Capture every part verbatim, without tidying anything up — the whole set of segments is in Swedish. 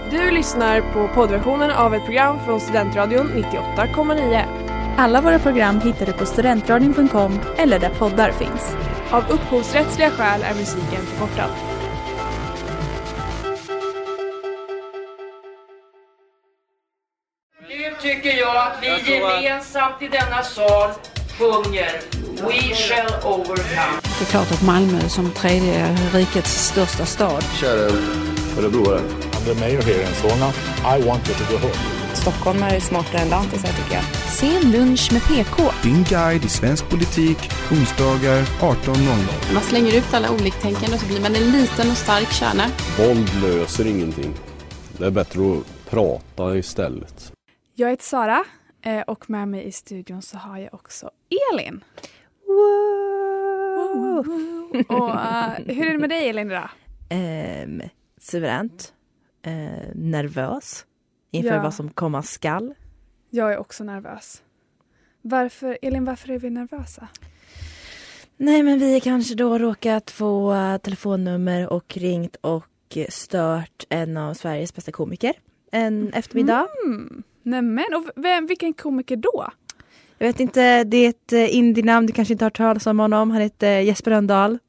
Du lyssnar på poddversionen av ett program från Studentradion nittioåtta komma nio. Alla våra program hittar du på studentradion punkt com eller där poddar finns. Av upphovsrättsliga skäl är musiken förkortad. Nu tycker jag att vi jag gemensamt i denna sal sjunger We shall overcome. Det är klart att Malmö som tredje rikets största stad. Kära Örebroare. I'm the mayor here in Solna. I want you to go home. Stockholm är smartare än lantisar tycker jag. Sen lunch med P K. Din guide i svensk politik, onsdagar arton noll noll. Man slänger ut alla oliktänkande och så blir man en liten och stark kärna. Våld löser ingenting. Det är bättre att prata istället. Jag heter Sara och med mig i studion så har jag också Elin. Wow. Och uh, hur är det med dig, Elin, idag? Um, suveränt. Uh, nervös inför ja. vad som komma skall. Jag är också nervös. Varför, Elin, varför är vi nervösa? Nej, men vi har kanske då råkat få telefonnummer och ringt och stört en av Sveriges bästa komiker en mm. eftermiddag. Mm. Nämen, och vem, vilken komiker då? Jag vet inte, det är ett indie-namn, du kanske inte har hört talas om honom. Han heter Jesper Rönndahl.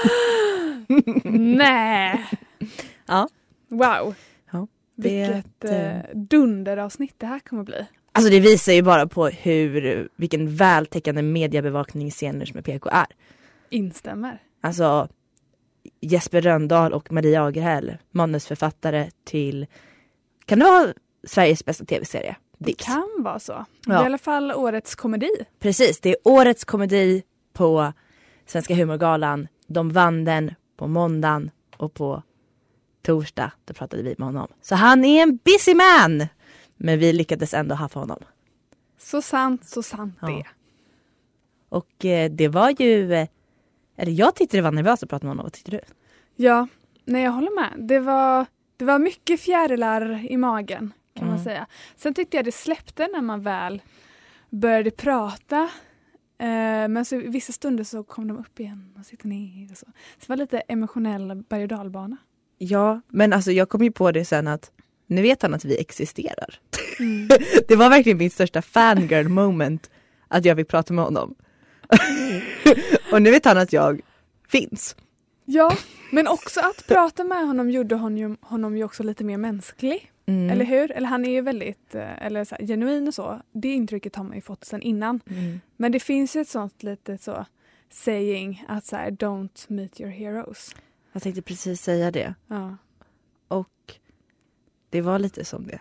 Nej. Ja. Wow. Ja, vilket eh, dunderavsnitt det här kommer bli. Alltså det visar ju bara på hur, vilken vältäckande mediebevakningsscener som P K är. Instämmer. Alltså Jesper Rönndahl och Maria Agerhäll, manusförfattare till, kan det vara Sveriges bästa tv-serie? Det kan vara så. Ja. Det är i alla fall årets komedi. Precis, det är årets komedi på Svenska humorgalan. De vann den på måndagen och på torsdag, då pratade vi med honom. Så han är en busy man! Men vi lyckades ändå haffa honom. Så sant, så sant ja. det. Och eh, det var ju, eh, eller jag tyckte det var nervöst att prata med honom. Vad tyckte du? Ja, nej jag håller med. Det var, det var mycket fjärilar i magen. Kan mm. man säga. Sen tyckte jag det släppte när man väl började prata. Eh, men så i vissa stunder så kom de upp igen och sitter ner. Och så. så det var lite emotionell berg- och dalbana. Ja, men alltså jag kom ju på det sen att nu vet han att vi existerar. Mm. Det var verkligen min största fangirl moment att jag fick prata med honom. Och nu vet han att jag finns. Ja, men också att prata med honom gjorde honom, honom ju också lite mer mänsklig. Mm. Eller hur? Eller han är ju väldigt eller så här, genuin och så. Det intrycket har man ju fått sedan innan. Mm. Men det finns ju ett sånt lite så saying att så här, don't meet your heroes. Jag tänkte precis säga det. Ja. Och det var lite som det.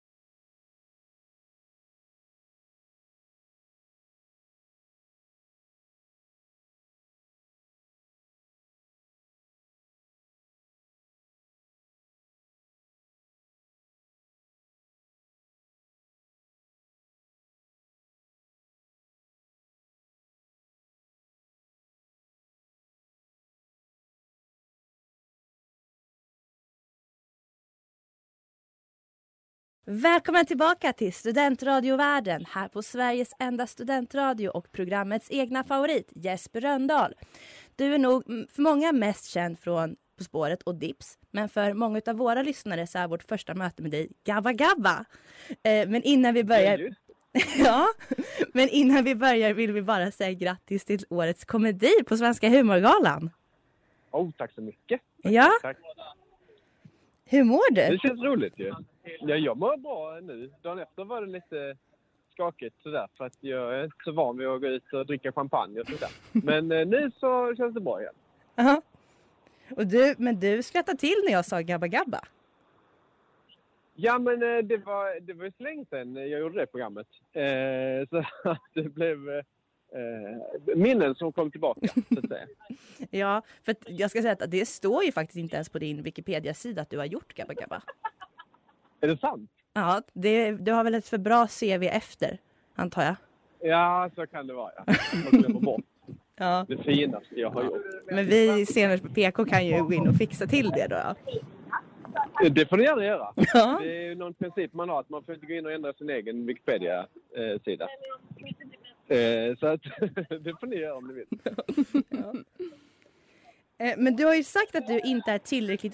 Välkommen tillbaka till Studentradiovärlden här på Sveriges enda studentradio och programmets egna favorit Jesper Rönndahl. Du är nog för många mest känd från På spåret och Dips, men för många av våra lyssnare så är vårt första möte med dig Gabba Gabba. Eh, men innan vi börjar ja, men innan vi börjar vill vi bara säga grattis till årets komedi på Svenska humorgalan. Oh, tack så mycket. Tack, ja. Tack. Hur mår du? Det känns roligt ju. Ja, jag mår bra nu. Dagen efter var det lite skakigt sådär. För att jag är inte så van vid att gå ut och dricka champagne och sådär. Men eh, nu så känns det bra igen. Uh-huh. Och du, men du skrattade till när jag sa Gabba Gabba. Ja, men eh, det var det var ju så länge sedan jag gjorde det programmet. Eh, så att det blev eh, minnen som kom tillbaka, så att säga. Ja, för att jag ska säga att det står ju faktiskt inte ens på din Wikipedia-sida att du har gjort Gabba Gabba. Är det sant? Ja, det, du har väl ett för bra C V efter, antar jag. Ja, så kan det vara. Ja. Jag glömmer bort ja. det finaste jag har gjort. Men vi senare på P K kan ju gå in och fixa till det då. Ja. Det får ni gärna göra. Ja. Det är ju någon princip man har att man får inte gå in och ändra sin egen Wikipedia-sida. Eh, så att det får ni göra om ni vill. Ja. Men du har ju sagt att du inte är tillräckligt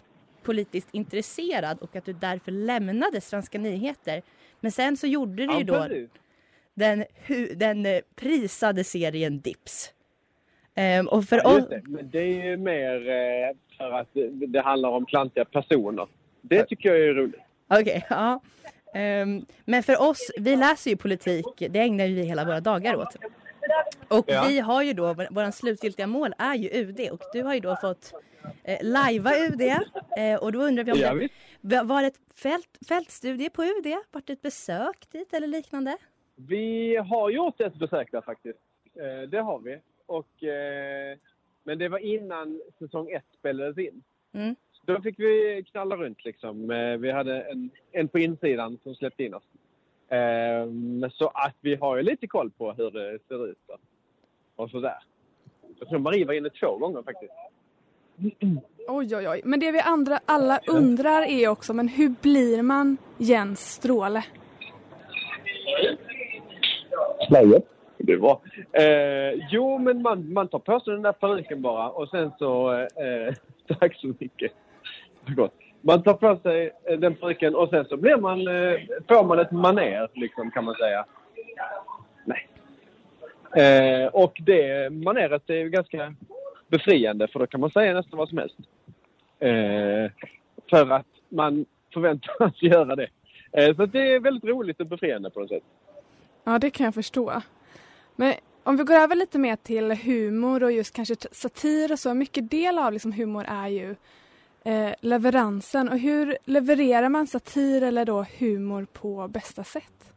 politiskt intresserad och att du därför lämnade Svenska nyheter. Men sen så gjorde du ju då den, hu, den prisade serien Dips. Um, och för ja, just det. Men det är ju mer eh, för att det, det handlar om klantiga personer. Det tycker jag är roligt. Okej, okay, ja. Um, men för oss, vi läser ju politik, det ägnar vi hela våra dagar åt. Och ja. vi har ju då, våran slutgiltiga mål är ju U D. Och du har ju då fått eh, lajva U D. Eh, och då undrar vi om ja, det var ett fält, fältstudie på U D? Var det ett besök dit eller liknande? Vi har gjort ett besök där faktiskt. Eh, det har vi. Och, eh, men det var innan säsong ett spelades in. Mm. Så då fick vi knalla runt liksom. Eh, vi hade en, en på insidan som släppte in oss. Eh, så att vi har ju lite koll på hur det ser ut då. Och sådär. Jag tror Marie var inne två gånger faktiskt. Oj, oj, oj. Men det vi andra alla undrar är också, men hur blir man Jens Stråle? Släget. Det var. Eh, jo, men man, man tar på sig den där peruken bara. Och sen så... Eh, tack så mycket. Gott. Man tar på sig den peruken och sen så blir man, eh, får man ett maner, liksom, kan man säga. Nej. Eh, och det maneret är ju ganska befriande, för då kan man säga nästan vad som helst. Eh, för att man förväntas göra det. Eh, så det är väldigt roligt och befriande på något sätt. Ja, det kan jag förstå. Men om vi går över lite mer till humor och just kanske satir och så. Mycket del av liksom humor är ju eh, leveransen. Och hur levererar man satir eller då humor på bästa sätt?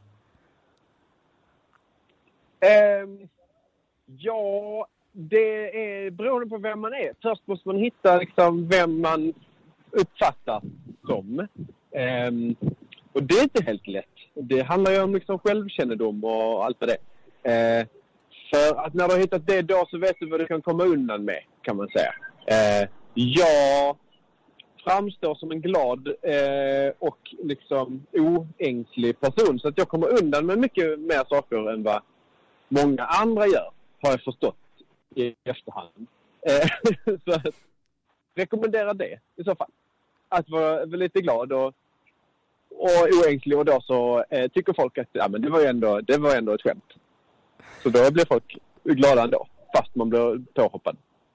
Eh, ja, det är beroende på vem man är. Först måste man hitta liksom vem man uppfattar som. Eh, och det är inte helt lätt. Det handlar ju om liksom självkännedom och allt det. Eh, för att när du har hittat det då så vet du vad du kan komma undan med, kan man säga. Eh, jag framstår som en glad eh, och liksom oängslig person, så att jag kommer undan med mycket mer saker än vad många andra gör, har jag förstått i efterhand. Eh, så att, rekommendera det i så fall. Att vara lite glad och och oängslig, och då så eh, tycker folk att ja, men det var ju ändå, det var ändå ett skämt. Så då blir folk glada ändå, fast man blir påhoppad.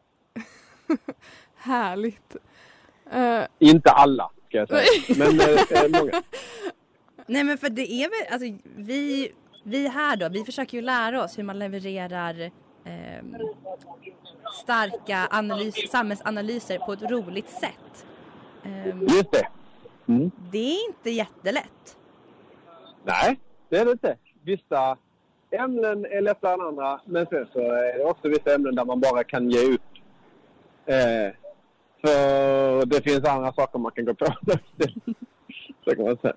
Härligt. Uh... Inte alla, ska jag säga. Men eh, många. Nej, men för det är väl, alltså vi, vi här då, vi försöker ju lära oss hur man levererar eh, starka analys, samhällsanalyser på ett roligt sätt. Um, Just det. Mm. Det är inte jättelätt. Nej, det är det inte. Vissa ämnen är lättare än andra, men sen så är det också vissa ämnen där man bara kan ge ut. Eh, för det finns andra saker man kan gå på. Så kan man säga.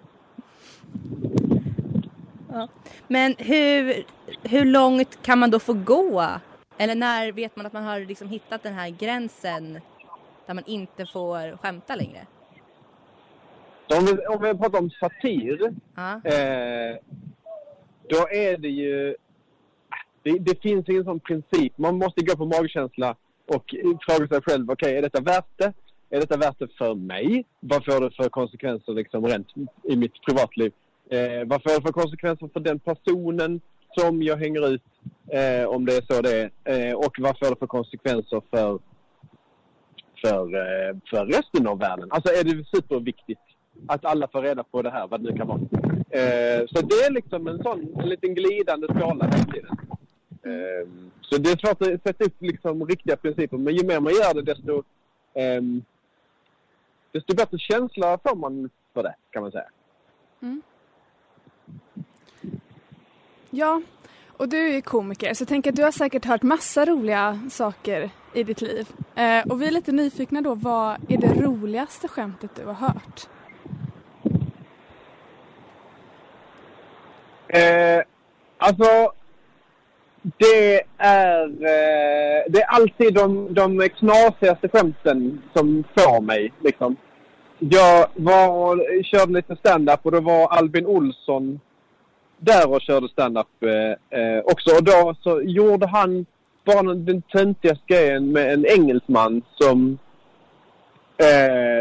Ja. Men hur, hur långt kan man då få gå? Eller när vet man att man har liksom hittat den här gränsen där man inte får skämta längre? Om vi, om vi pratar om satir, ah. eh, då är det ju... Det, det finns ingen sån princip. Man måste gå på magkänsla och fråga sig själv, okej, okay, är detta värt det? Är detta värt det för mig? Vad får det för konsekvenser liksom rent i mitt privatliv? Eh, vad får det för konsekvenser för den personen som jag hänger ut, eh, om det är så det är? Eh, och vad får det för konsekvenser för, för, eh, för resten av världen? Alltså är det superviktigt att alla får reda på det här, vad det nu kan vara. Eh, så det är liksom en sån en liten glidande skala hela tiden. Eh, så det är svårt att sätta upp liksom riktiga principer, men ju mer man gör det, desto, eh, desto bättre känsla får man för det, kan man säga. Mm. Ja, och du är komiker, så jag tänker att du har säkert hört massa roliga saker i ditt liv. Eh, och vi är lite nyfikna då, vad är det roligaste skämtet du har hört? Eh, alltså det är eh, det är alltid de, de knasigaste skämten som får mig liksom. Jag var, körde lite stand-up och då var Albin Olsson där och körde stand-up eh, eh, också, och då så gjorde han bara den töntigaste grejen med en engelsman som eh,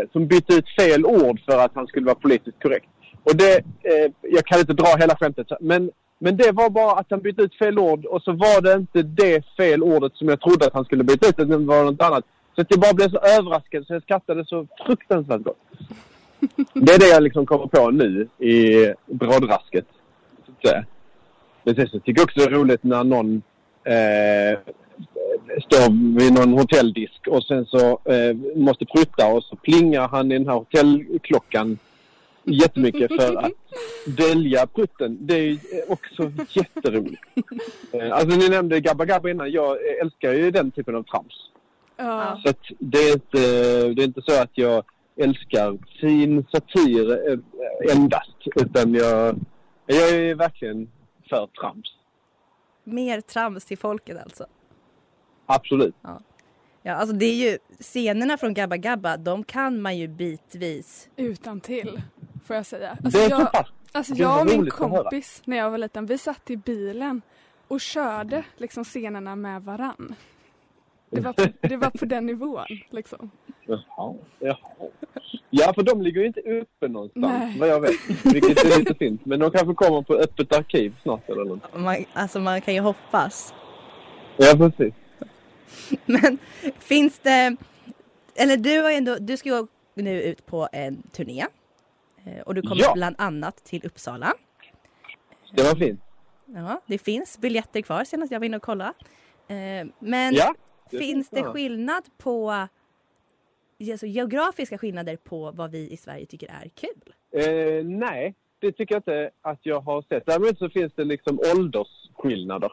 eh, som bytte ut fel ord för att han skulle vara politiskt korrekt. Och det, eh, jag kan inte dra hela skämtet, men, men det var bara att han bytte ut fel ord och så var det inte det fel ordet som jag trodde att han skulle byta ut, det var något annat. Så att jag bara blev så överraskad så jag skrattade så fruktansvärt gott. Det är det jag liksom kommer på nu i brådrasket. Så att men sen så tycker jag också det är roligt när någon eh, står vid någon hotelldisk och sen så eh, måste prutta och så plingar han i den här hotellklockan jättemycket för att dölja prutten. Det är också jätteroligt. Eh, alltså ni nämnde Gabba Gabba innan. Jag älskar ju den typen av trams. Ja. Så att det är inte, det är inte så att jag älskar fin satir eh, endast, utan jag, jag är verkligen för trams. Mer trams till folket alltså? Absolut. Ja. Ja, alltså det är ju scenerna från Gabba Gabba, de kan man ju bitvis. Utan till, får jag säga. Alltså det är jag, fast. alltså det är jag och min roligt att höra. kompis, när jag var liten, vi satt i bilen och körde liksom scenerna med varann. Det var på, det var på den nivån, liksom. Jaha, jaha. Ja, för de ligger ju inte uppe någonstans, Nej. vad jag vet. Vilket är lite fint. Men de kanske kommer på öppet arkiv snart eller något. Man, alltså man kan ju hoppas. Ja, precis. Men finns det... Eller du har ändå... Du ska ju nu ut på en turné. Och du kommer ja. bland annat till Uppsala. Det var fint. Ja, det finns biljetter kvar senast jag var inne och kolla. Men ja, det finns det skillnad på... Alltså geografiska skillnader på vad vi i Sverige tycker är kul? Eh, nej, det tycker jag inte att jag har sett. Däremot så finns det liksom åldersskillnader.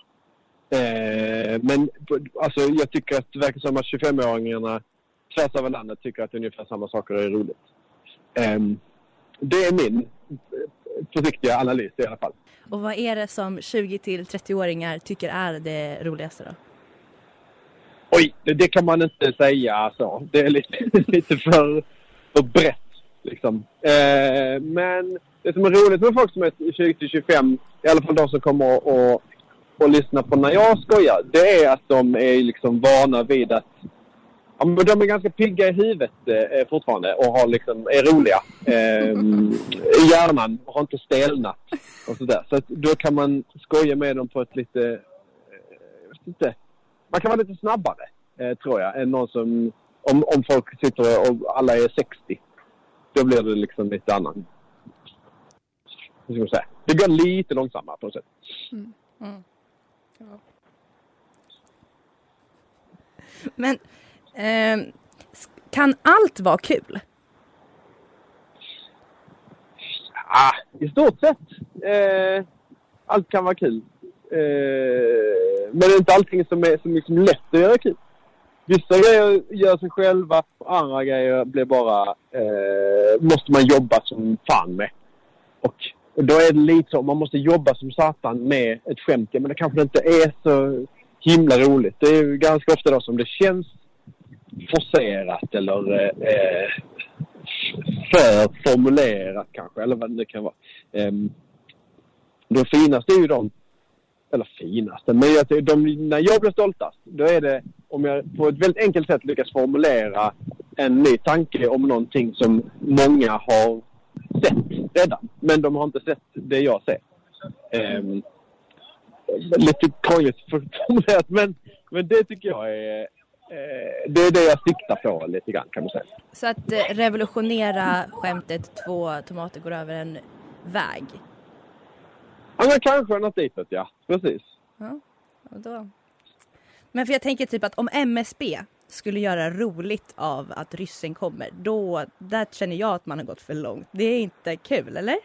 Eh, men alltså, jag tycker att det verkar som att tjugofemåringarna tvärs över landet tycker att ungefär samma saker är roligt. Eh, det är min försiktiga analys i alla fall. Och vad är det som tjugo till trettio-åringar tycker är det roligaste då? Oj, det, det kan man inte säga så. Det är lite, lite för, för brett liksom. Eh, men det som är roligt med folk som är tjugo till tjugofem, i alla fall de som kommer och, och lyssnar på när jag skojar, det är att de är liksom vana vid att ja, men de är ganska pigga i huvudet eh, fortfarande och har liksom, är roliga eh, i hjärnan och har inte stelnat och sådär. Så att då kan man skoja med dem på ett lite, eh, jag vet inte, man kan vara lite snabbare, eh, tror jag, än någon som, om, om folk sitter och alla är sextio, då blir det liksom lite annan. Hur ska man säga? Det går lite långsammare på något sätt. Mm. Mm. Ja. Men eh, kan allt vara kul? Ah, i stort sett. Eh, allt kan vara kul. Eh, men det är inte allting som är som liksom lätt att göra kul. Vissa grejer gör sig själva och andra grejer blir bara eh, måste man jobba som fan med. Och, och då är det lite så, man måste jobba som satan med ett skämt, men det kanske inte är så himla roligt. Det är ju ganska ofta då som det känns forcerat eller eh, för formulerat kanske, eller vad det kan vara. Eh, det finaste är ju de eller finaste, men jag, de, när jag blir stoltast, då är det om jag på ett väldigt enkelt sätt lyckas formulera en ny tanke om någonting som många har sett redan, men de har inte sett det jag ser. Um, lite krångligt formulerat, men, men det tycker jag är eh, det är det jag siktar på lite grann, kan man säga. Så att eh, revolutionera skämtet två tomater går över en väg. Ja, men kanske något ditåt, ja. Precis. Ja, och då. Men för jag tänker typ att om M S B skulle göra roligt av att ryssen kommer, då där känner jag att man har gått för långt. Det är inte kul, eller?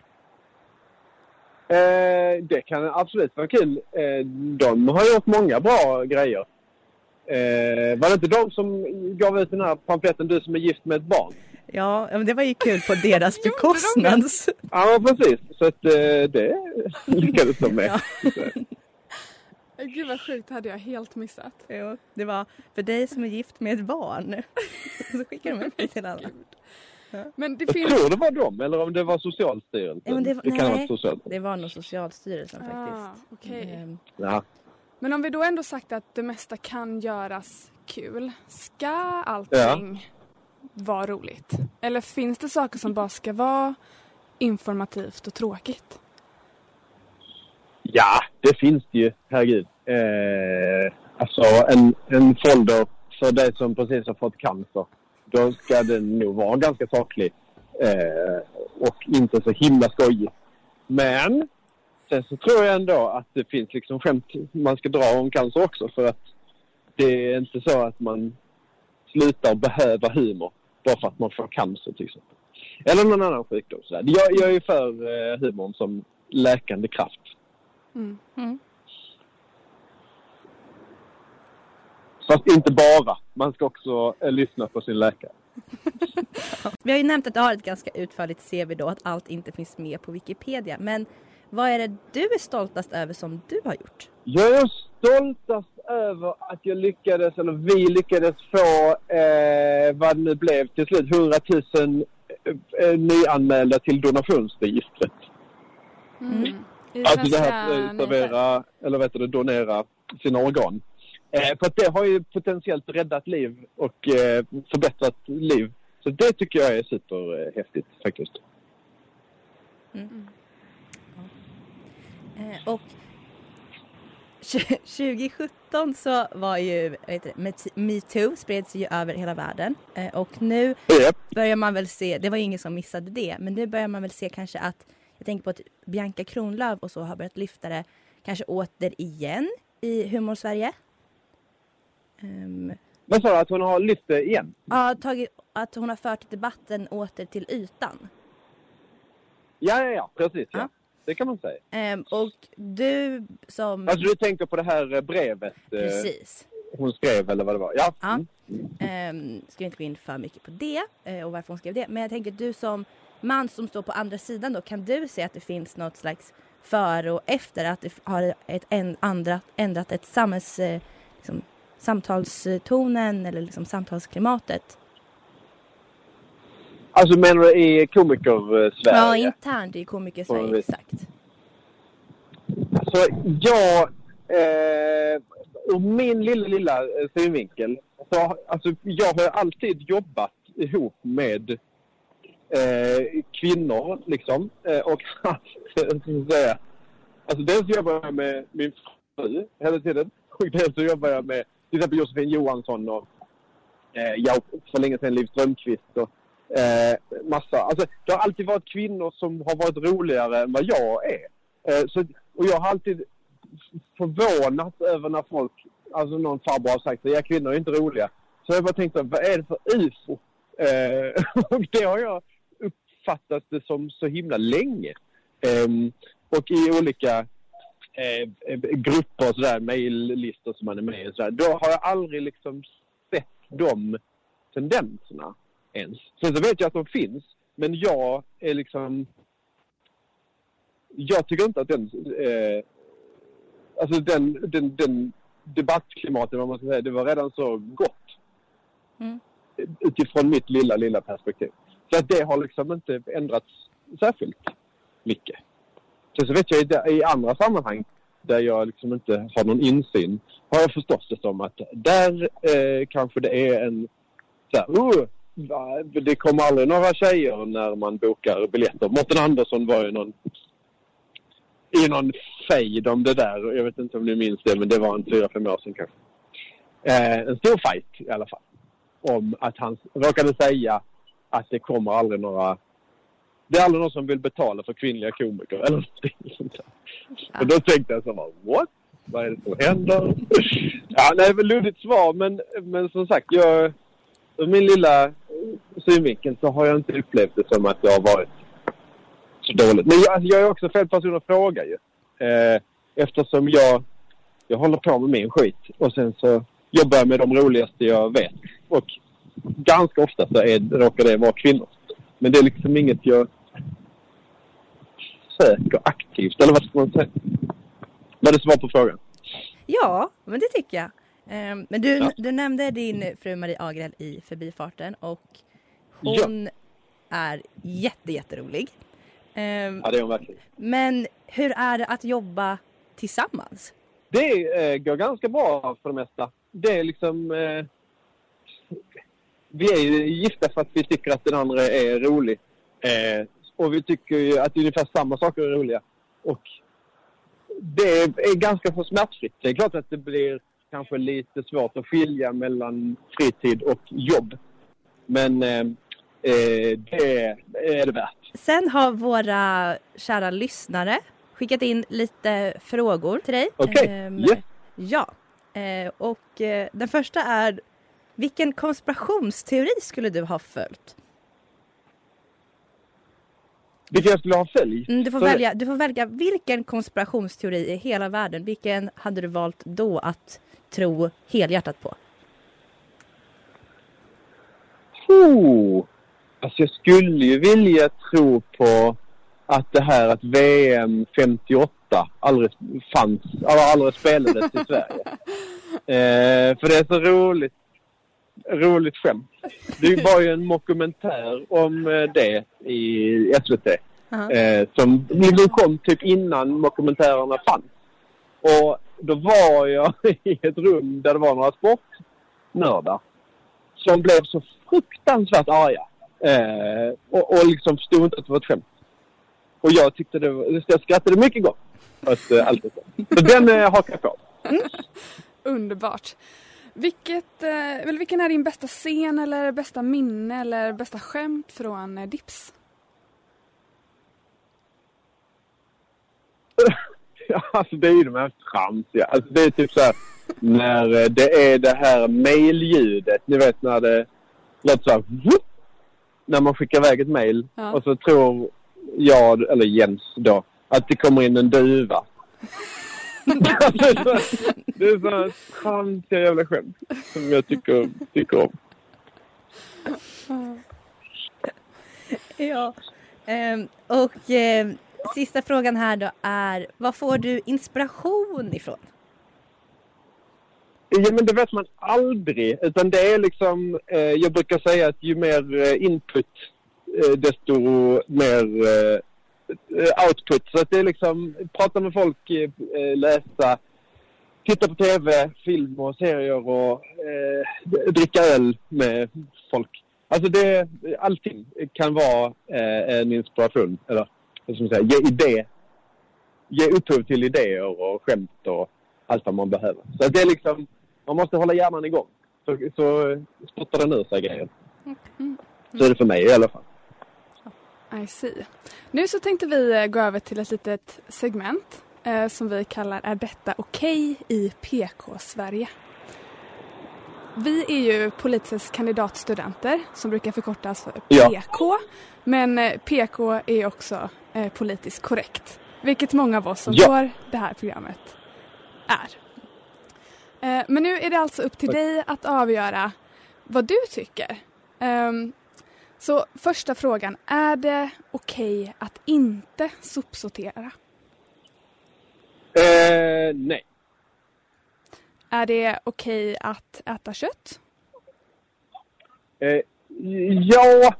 Eh, det kan absolut vara kul. Eh, de har gjort många bra grejer. Eh, var det inte de som gav ut den här pamfletten Du som är gift med ett barn? Ja, men det var ju kul på deras bekostnad. Ja, precis. Så att eh, det lyckades de med. Ja. Gud vad sjukt, hade jag helt missat. Jo, det var för dig som är gift med ett barn. Så skickar de upp till alla. Ja. Men det jag finns... tror det var dem, eller om det var Socialstyrelsen. Ja, det, var, det, kan nej, social... det var nog Socialstyrelsen ah, faktiskt. Okay. Mm. Ja. Men om vi då ändå sagt att det mesta kan göras kul, ska allting ja. vara roligt? Eller finns det saker som bara ska vara informativt och tråkigt? Ja, det finns det ju. Herregud. Eh, alltså en, en folder för dig som precis har fått cancer. Då ska den nog vara ganska saklig. Eh, och inte så himla skojig. Men sen så tror jag ändå att det finns liksom skämt man ska dra om cancer också. För att det är inte så att man slutar behöva humor bara för att man får cancer till exempel. Eller någon annan sjukdom. Jag, jag är ju för eh, humorn som läkande kraft. Mm. Mm. Fast inte bara. Man ska också eh, lyssna på sin läkare. Vi har ju nämnt att du har ett ganska utförligt C V då, att allt inte finns med på Wikipedia. Men vad är det du är stoltast över som du har gjort? Jag är stoltast över att jag lyckades, eller vi lyckades få eh, vad det nu blev till slut, hundratusen eh, nyanmälda till donationsregistret. Mm. Alltså det här att eh, servera, eller vet du, donera sina organ. Eh, för att det har ju potentiellt räddat liv och eh, förbättrat liv. Så det tycker jag är superhäftigt faktiskt. Mm. Eh, och tjugo sjutton så var ju vet du, MeToo spreds ju över hela världen. Eh, och nu yep. börjar man väl se, det var ju ingen som missade det, men nu börjar man väl se kanske att, jag tänker på att Bianca Kronlöf och så har börjat lyfta det kanske återigen i Humor-Sverige. Um, Vad sa du, att hon har lyft det igen? Ja, tagit, att hon har fört debatten åter till ytan. Ja, ja, ja, precis. Ja. Ja. Det kan man säga. Um, och du som... Alltså du tänker på det här brevet Precis. Eh, hon skrev eller vad det var. Ja. ja. Mm. Um, ska vi inte gå in för mycket på det uh, och varför hon skrev det. Men jag tänker du som man som står på andra sidan då, kan du se att det finns något slags före och efter att det har ett en, andra, ändrat ett samhälls... Uh, liksom, samtalstonen eller liksom samtalsklimatet? Alltså menar du i komiker-Sverige? Ja, internt i komiker-Sverige, exakt. Så jag, eh, ur min lilla, lilla synvinkel, så, alltså jag har alltid jobbat ihop med eh, kvinnor, liksom, eh, och så säga, alltså dels jobbar jag med min fru hela tiden, och dels så jobbar jag med till exempel Josefin Johansson och eh, jag för länge sedan Liv Strömqvist och eh, massa. Alltså det har alltid varit kvinnor som har varit roligare än vad jag är. Eh, så, och jag har alltid förvånat över när folk, alltså någon farbror har sagt att ja, kvinnor är inte roliga. Så jag bara tänkte, vad är det för U F O? Eh, och det har jag uppfattat det som så himla länge. Eh, och i olika Eh, grupper och sådär, mejllistor som man är med i sådär, då har jag aldrig liksom sett de tendenserna ens. Sen så vet jag att de finns, men jag är liksom jag tycker inte att den eh, alltså den, den, den debattklimatet, vad man ska säga, det var redan så gott mm. utifrån mitt lilla, lilla perspektiv. Så att det har liksom inte ändrats särskilt mycket. Sen så vet jag i, i andra sammanhang där jag liksom inte har någon insyn, har jag förstått det som att där eh, kanske det är en så här, oh, det kommer aldrig några tjejer när man bokar biljetter. Mårten Andersson var ju någon i någon fejd om det där. Jag vet inte om ni minns det, men det var en fyra, fem år sedan kanske. Eh, en stor fight i alla fall. Om att han råkade säga att det kommer aldrig några... Det är aldrig någon som vill betala för kvinnliga komiker eller någonting sånt där. Ja. Och då tänkte jag så här, what? Vad är det som händer? Ja, nej, väl luddigt svar, men, men som sagt, jag, min lilla synvinkel så har jag inte upplevt det som att jag har varit så dåligt. Men jag, jag är också fel person att fråga ju. Eh, eftersom jag, jag håller på med min skit och sen så jobbar jag med de roligaste jag vet. Och ganska ofta så är, råkar det vara kvinnor. Men det är liksom inget jag söker aktivt. Eller vad ska man säga? Var det svar på frågan? Ja, men det tycker jag. Um, men du, ja. du nämnde din fru Marie Agrell i Förbifarten. Och hon ja. är jätte, jätterolig. Um, ja, det är hon verkligen. Men hur är det att jobba tillsammans? Det eh, går ganska bra för det mesta. Det är liksom... Eh, vi är ju gifta för att vi tycker att den andra är rolig. Eh, och vi tycker ju att ungefär samma saker är roliga. Och det är ganska så smärtfritt. Det är klart att det blir kanske lite svårt att skilja mellan fritid och jobb. Men eh, det är det värt. Sen har våra kära lyssnare skickat in lite frågor till dig. Okej, okay. ehm, yes. Ja, eh, och eh, den första är: vilken konspirationsteori skulle du ha följt? Vilken jag skulle ha följt? Mm, du, får välja, du får välja vilken konspirationsteori i hela världen. Vilken hade du valt då att tro helhjärtat på? Oh. Alltså jag skulle ju vilja tro på att det här att V M femtioåtta aldrig fanns, aldrig spelades i Sverige. Eh, för det är så roligt, roligt skämt. Det var ju en dokumentär om det i S V T. Uh-huh. Eh, som nu kom typ innan dokumentärerna fanns. Och då var jag i ett rum där det var några sportnördar som blev så fruktansvärt arga. Eh, och, och liksom förstod inte att det var ett skämt. Och jag tyckte det var, jag skrattade mycket gott åt uh, allt det. Så den uh, hakar jag på. Mm. Underbart. Vilket, eh, vilken är din bästa scen eller bästa minne eller bästa skämt från eh, Dips? Ja, alltså det är ju de här tramsiga. Alltså det är typ så här när det är det här mailljudet. Ni vet när det låter så här, whoop, när man skickar iväg ett mail. Ja. Och så tror jag, eller Jens då, att det kommer in en duva. Det är så här tramsiga jävla skämt som jag tycker, tycker om. Ja, um, och um, sista frågan här då är: vad får du inspiration ifrån? Ja, men det vet man aldrig. Utan det är liksom, eh, jag brukar säga att ju mer eh, input eh, desto mer eh, output. Så att det är liksom, prata med folk, eh, läsa, titta på tv, film och serier och eh, dricka öl med folk. Alltså det, allting kan vara eh, en inspiration. Eller vad ska man säga, ge idé. Ge upphov till idéer och skämt och allt vad man behöver. Så att det är liksom, man måste hålla hjärnan igång. Så, så spottar den ur sig grejer. Mm. Så är det för mig i alla fall. I see. Nu så tänkte vi gå över till ett litet segment eh, som vi kallar Är detta okej i P K-Sverige? Vi är ju politisk kandidatstudenter som brukar förkortas för P K. Ja. Men eh, P K är också eh, politiskt korrekt. Vilket många av oss som ja. går det här programmet är. Eh, men nu är det alltså upp till dig att avgöra vad du tycker. Um, så första frågan, är det okej att inte sopsortera? Eh, nej. Är det okej att äta kött? Eh, ja,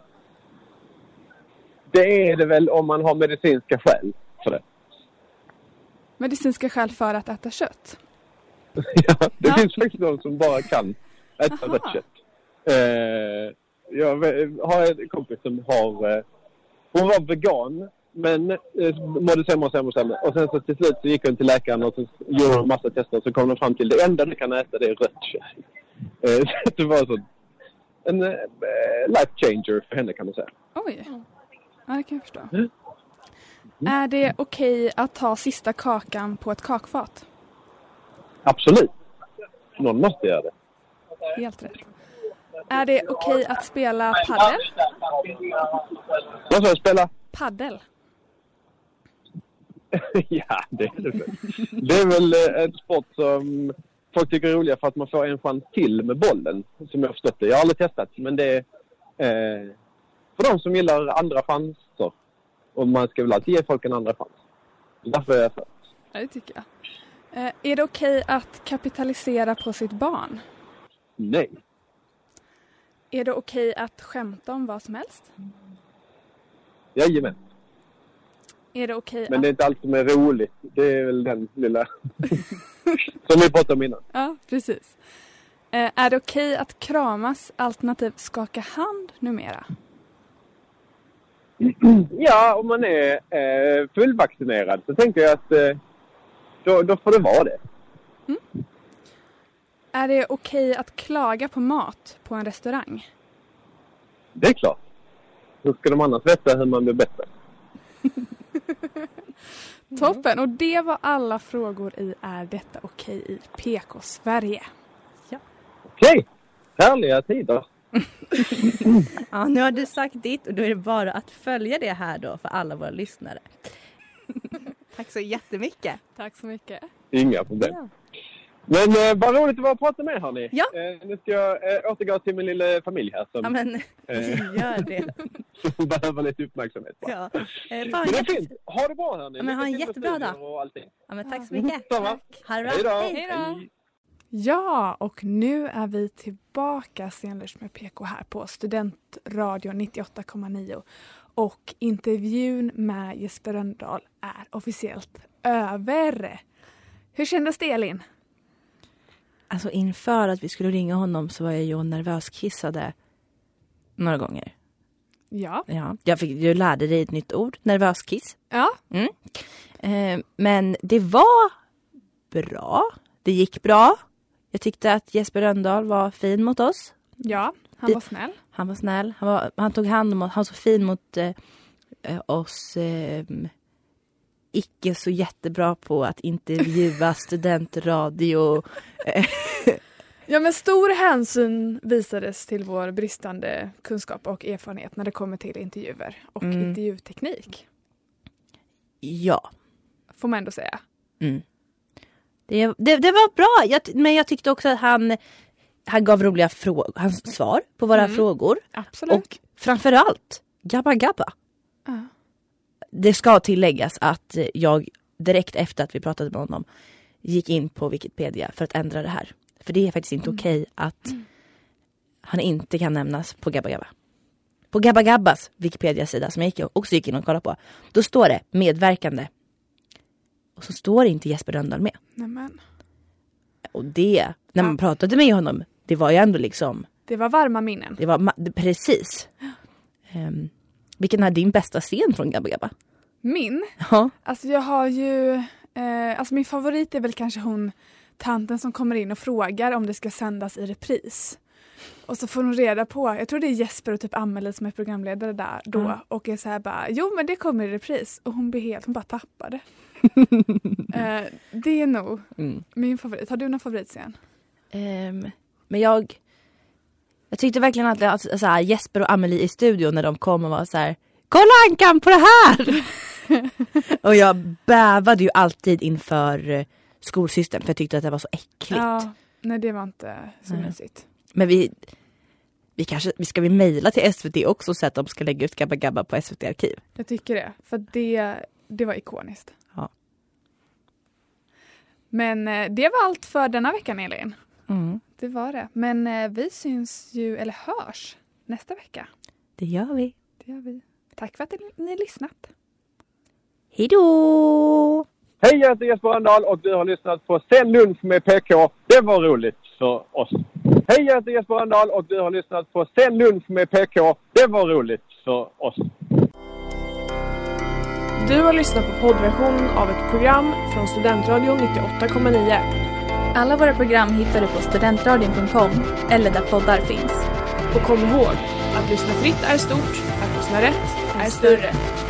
det är det väl om man har medicinska skäl för det. Medicinska skäl för att äta kött? Ja, det ja. finns faktiskt någon som bara kan äta rött kött. Eh, jag har en kompis som har, eh, hon var vegan men eh, mådde sämre och sämre och sämre. Och sen så till slut så gick hon till läkaren och så gjorde hon en massa tester och så kom de fram till det enda du kan äta, det är rött kött. Eh, så det var så en eh, life changer för henne kan man säga. Oj, ja det kan jag förstå. Mm. Mm. Är det okej att ta sista kakan på ett kakfat? Absolut. Någon måste göra det. Helt rätt. Är det okej att spela paddel? Vad ska jag spela? Paddel. Ja, det är det väl. Det är väl en sport som folk tycker är roliga för att man får en chans till med bollen. Som jag har förstått det. Jag har aldrig testat, men det är eh, för de som gillar andra chanser. Och man ska väl alltid ge folk en andra chans. Därför är jag för. Ja, det tycker jag. Eh, är det okej att kapitalisera på sitt barn? Nej. Är det okej att skämta om vad som helst? Jajamän. Är det okej Men att... det är inte allt som är roligt. Det är väl den lilla som vi pratade om innan. Ja, precis. Eh, är det okej att kramas alternativt skaka hand numera? Ja, om man är eh, fullvaccinerad så tänker jag att eh, då, då får det vara det. Mm. Är det okej att klaga på mat på en restaurang? Det är klart. Hur ska de annars veta hur man blir bättre? Toppen, och det var alla frågor i Är detta okej i P K-Sverige. Ja. Okej, härliga tider. Ja, nu har du sagt ditt och då är det bara att följa det här då för alla våra lyssnare. Tack så jättemycket. Tack så mycket. Inga problem. Ja. Men eh, vad roligt att vara och prata med, hörni. Ja. Eh, nu ska jag eh, återgå till min lilla familj här som, Ja, men eh, gör det. som behöver lite uppmärksamhet. Bara. Ja. Eh, Men fan, det är jätte... fint. Ha det bra, hörni. Ja, men ha en Lycka till med jättebra dag. studier och allting. Ja, men tack så mycket. Samma. Ha det bra. Hej då. Hej då. Ja, och nu är vi tillbaka senast med P K här på Studentradio nittioåtta komma nio. Och intervjun med Jesper Rönndahl är officiellt över. Hur kändes det, Elin? Alltså inför att vi skulle ringa honom så var jag ju nervöskissade några gånger. Ja. Ja, jag, fick, jag lärde dig ett nytt ord, nervöskiss. Ja. Mm. Eh, men det var bra. Det gick bra. Jag tyckte att Jesper Rönndahl var fin mot oss. Ja, han var snäll. Han var snäll. Han, var, han tog hand om oss. Han var så fin mot eh, oss eh, icke så jättebra på att intervjua studentradio. Ja, men stor hänsyn visades till vår bristande kunskap och erfarenhet när det kommer till intervjuer och Mm. intervjuteknik. Ja. Får man ändå säga. Mm. Det, det, det var bra, jag, men jag tyckte också att han, han gav roliga frå- hans svar på våra Mm. frågor. Absolut. Och framförallt, gabba gabba. Ja. Det ska tilläggas att jag direkt efter att vi pratade med honom gick in på Wikipedia för att ändra det här. För det är faktiskt inte Mm. okej att Mm. han inte kan nämnas på Gabba Gabba. På Gabba Gabbas Wikipedia-sida som jag gick, också gick in och kollade på, då står det medverkande. Och så står inte Jesper Rönndahl med. Nämen. Och det, när man Ja. pratade med honom, det var ju ändå liksom... Det var varma minnen. Det var ma- precis. Um, vilken är din bästa scen från Gabba Gabba? Min? Ja. Alltså jag har ju... Eh, alltså min favorit är väl kanske hon... Tanten som kommer in och frågar om det ska sändas i repris. Och så får hon reda på, jag tror det är Jesper och typ Amelie som är programledare där då. Mm. Och är så här bara, jo men det kommer i repris. Och hon blir helt, hon bara tappade. eh, det är nog Mm. min favorit. Har du någon favoritscen? Um, men jag... Jag tyckte verkligen att alltså, så här, Jesper och Amelie i studion när de kom och var så här: kolla Ankan på det här! Och jag bävade ju alltid inför uh, skolsystern för jag tyckte att det var så äckligt. Ja, nej det var inte så Nej. mysigt. Men vi, vi kanske, vi ska vi mejla till S V T också så att de ska lägga ut Gabba Gabba på S V T-arkiv. Jag tycker det, för det, det var ikoniskt. Ja. Men eh, det var allt för denna veckan, Elin. Mm. Det var det. Men eh, vi syns ju, eller hörs, nästa vecka. Det gör vi. Det gör vi. Tack för att ni har lyssnat. Hej då! Hej, jag heter Jesper Rönndahl och du har lyssnat på Sen lunch med P K. Det var roligt för oss. Hej, jag heter Jesper Rönndahl och du har lyssnat på Sen lunch med P K. Det var roligt för oss. Du har lyssnat på poddversionen av ett program från Studentradion nittioåtta komma nio. Alla våra program hittar du på studentradion punkt com eller där poddar finns. Och kom ihåg, att lyssna fritt är stort, att lyssna rätt är större.